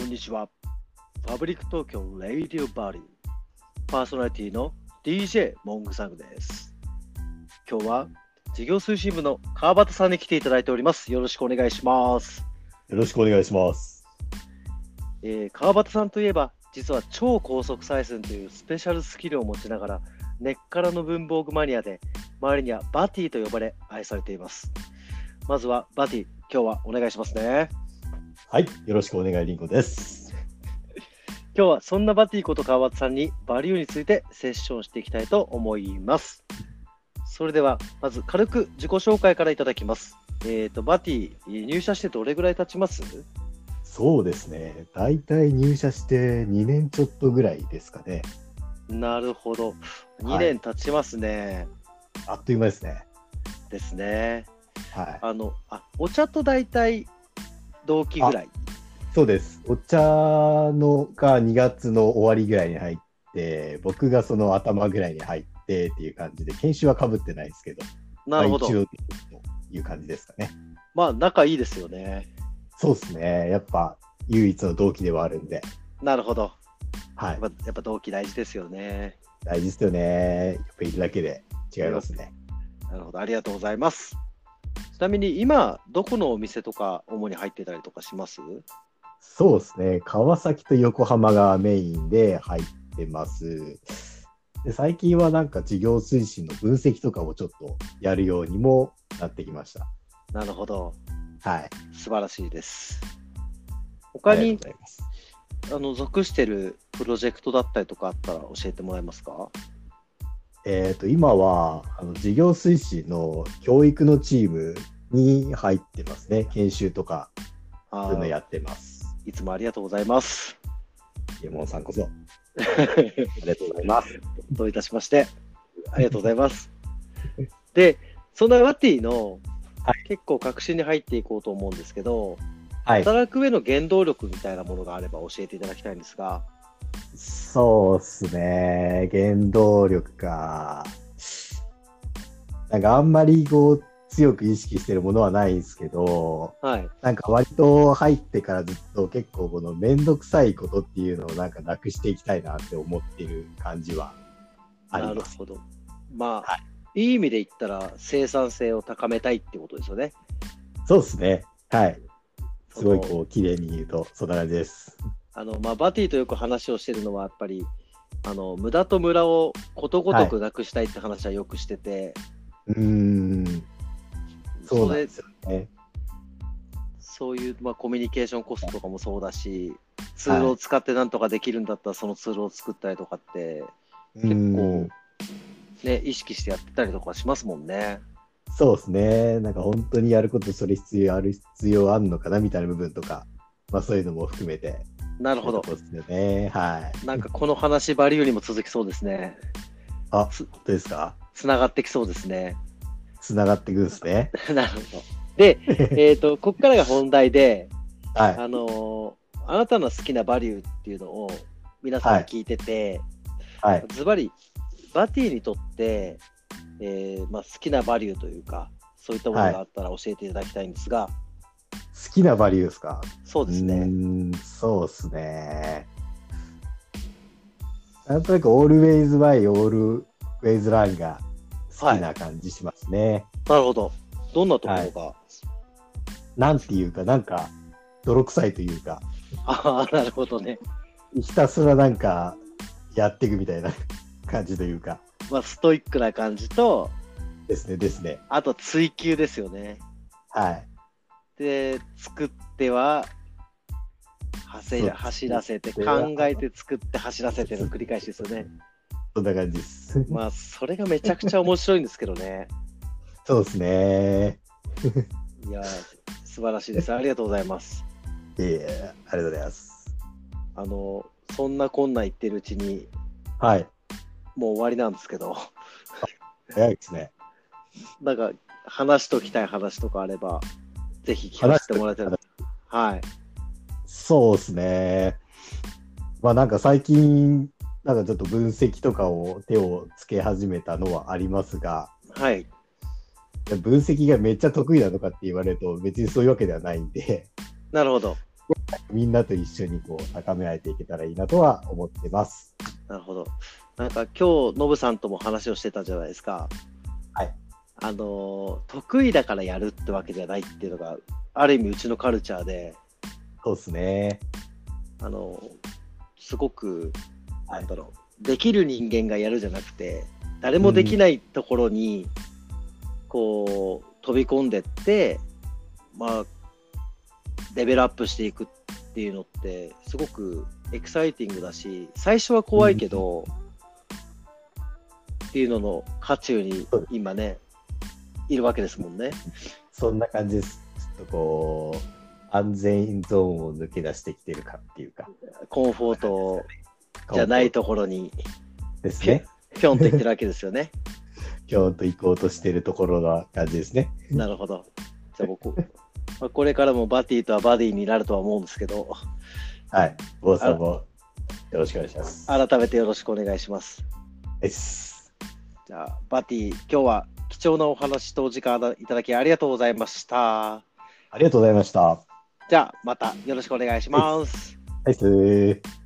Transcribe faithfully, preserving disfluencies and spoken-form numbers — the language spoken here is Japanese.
にちは。ファブリック東京レイディオバリューパーソナリティの ディージェー モングサングです。今日は事業推進部の川端さんに来ていただいております。よろしくお願いします。 よろしくお願いします。 えー、川端さんといえば実は超高速採寸というスペシャルスキルを持ちながら根っからの文房具マニアで周りにはバティと呼ばれ愛されています。まずはバティ、今日はお願いしますね。 はい、よろしくお願いりんこです。 今日はそんなバティこと川端さんにバリューについてセッションしていきたいと思います。それではまず軽く自己紹介からいただきます。えーと、バティ入社してどれぐらい経ちます？ そうですね、だいたい入社してにねんちょっとぐらいですかね。 なるほど、にねん経ちますね、 はい、あっという間ですね。 ですね。 はい、 あのあお茶とだいたい同期ぐらい？ そうです。お茶のがにがつの終わりぐらいに入って、僕がその頭ぐらいに入ってっていう感じで、研修はかぶってないですけど、 なるほど、 まあ、一応という感じですかね。 まあ仲いいですよね。 そうですね。やっぱ唯一の同期ではあるんで。 なるほど。 はい。 やっぱ、やっぱ同期大事ですよね。 大事ですよね。やっぱいるだけで違いますね。 なるほど。ありがとうございます。ちなみに今、どこのお店とか主に入ってたりとかします？ そうですね。川崎と横浜がメインで入ってます。で、最近はなんか事業推進の分析とかをちょっとやるようにもなってきました。 なるほど。 はい。 素晴らしいです。他にああの属してるプロジェクトだったりとかあったら教えてもらえますか？ えっと、今はあの事業推進の教育のチームに入ってますね。研修とか、そういうのやってます。 いつもありがとうございます。 レモンさんこそ。ありがとうございます。 どういたしまして。ありがとうございます。で、そんなバティの、はい、結構核心に入っていこうと思うんですけど、はい、働く上の原動力みたいなものがあれば教えていただきたいんですが。 そうですね。原動力か。なんかあんまりこう強く意識してるものはないんですけど、はい、なんか割と入ってからずっと結構このめんどくさいことっていうのをなんかなくしていきたいなって思ってる感じはあります。 なるほど。まあ、はい、いい意味で言ったら生産性を高めたいってことですよね。 そうですね。はい。すごいこう綺麗に言うとそんな感じです。 あのまあ、バティとよく話をしてるのはやっぱりあの無駄とムラをことごとくなくしたいって話はよくしてて、 はい、うーんそうなんですよね。 そういう、まあ、コミュニケーションコストとかもそうだし、ツールを使ってなんとかできるんだったらそのツールを作ったりとかって結構、ね、意識してやってたりとかしますもんね。 そうですね。なんか本当にやることそれ必要ある必要あるのかなみたいな部分とか、まあそういうのも含めて。 なるほど。 そうですよね。はい。 なんかこの話バリューにも続きそうですね。 あ、本当ですか？ つながってきそうですね。 つながっていくんですね。 なるほど。で、えっと、ここからが本題で、 はい、 あのー、あなたの好きなバリューっていうのを皆さんに聞いてて、はい、ズバリバティにとって、えーまあ、好きなバリューというかそういったものがあったら教えていただきたいんですが。はい、 好きなバリューですか？ そうですね。 うーん、そうですね。なんとなくオールウェイズバイオールウェイズランが好きな感じしますね。はい、 なるほど。どんなところが、はい、 なんていうかなんか泥臭いというか。 ああ、なるほどね。 ひたすらなんかやっていくみたいな感じというか。 まあストイックな感じとですねですね。 あと追求ですよね。 はい。 で作っては走ら、走らせて考えて作って走らせての繰り返しですよね。 そんな感じです。 まあそれがめちゃくちゃ面白いんですけどね。 そうですね。 いや素晴らしいです。ありがとうございます。 いえいえ、ありがとうございます。 あのそんなこんな言ってるうちに、 はい、 もう終わりなんですけど。 早いですね。 なんか話しときたい話とかあればぜひ聞かせてもらいたい。はい。 そうですね。まあなんか最近なんかちょっと分析とかを手をつけ始めたのはありますが、 はい。 分析がめっちゃ得意なのかって言われると別にそういうわけではないんで。 なるほど。 みんなと一緒にこう高め合えていけたらいいなとは思ってます。 なるほど。なんか今日ノブさんとも話をしてたじゃないですか。 はい。 あの得意だからやるってわけじゃないっていうのがある意味うちのカルチャーで。 そうですね。 あのすごくなんだろう、できる人間がやるじゃなくて、誰もできないところにこう飛び込んでって、まあレベルアップしていくっていうのってすごくエキサイティングだし、最初は怖いけど、うん、っていうのの渦中に今ねいるわけですもんね。 そんな感じです。ちょっとこう安全ゾーンを抜け出してきてるかっていうか、 コンフォートじゃないところにですね。 ぴょんといってるわけですよね。 ぴょんと行こうとしてるところの感じですね。 なるほど。じゃあ僕これからもバティとはバディになるとは思うんですけど、 はい、坊さんもよろしくお願いします。 改めてよろしくお願いします。 です。 じゃあバティ、今日は貴重なお話とお時間いただきありがとうございました。 ありがとうございました。 じゃあまたよろしくお願いします。 はい、はい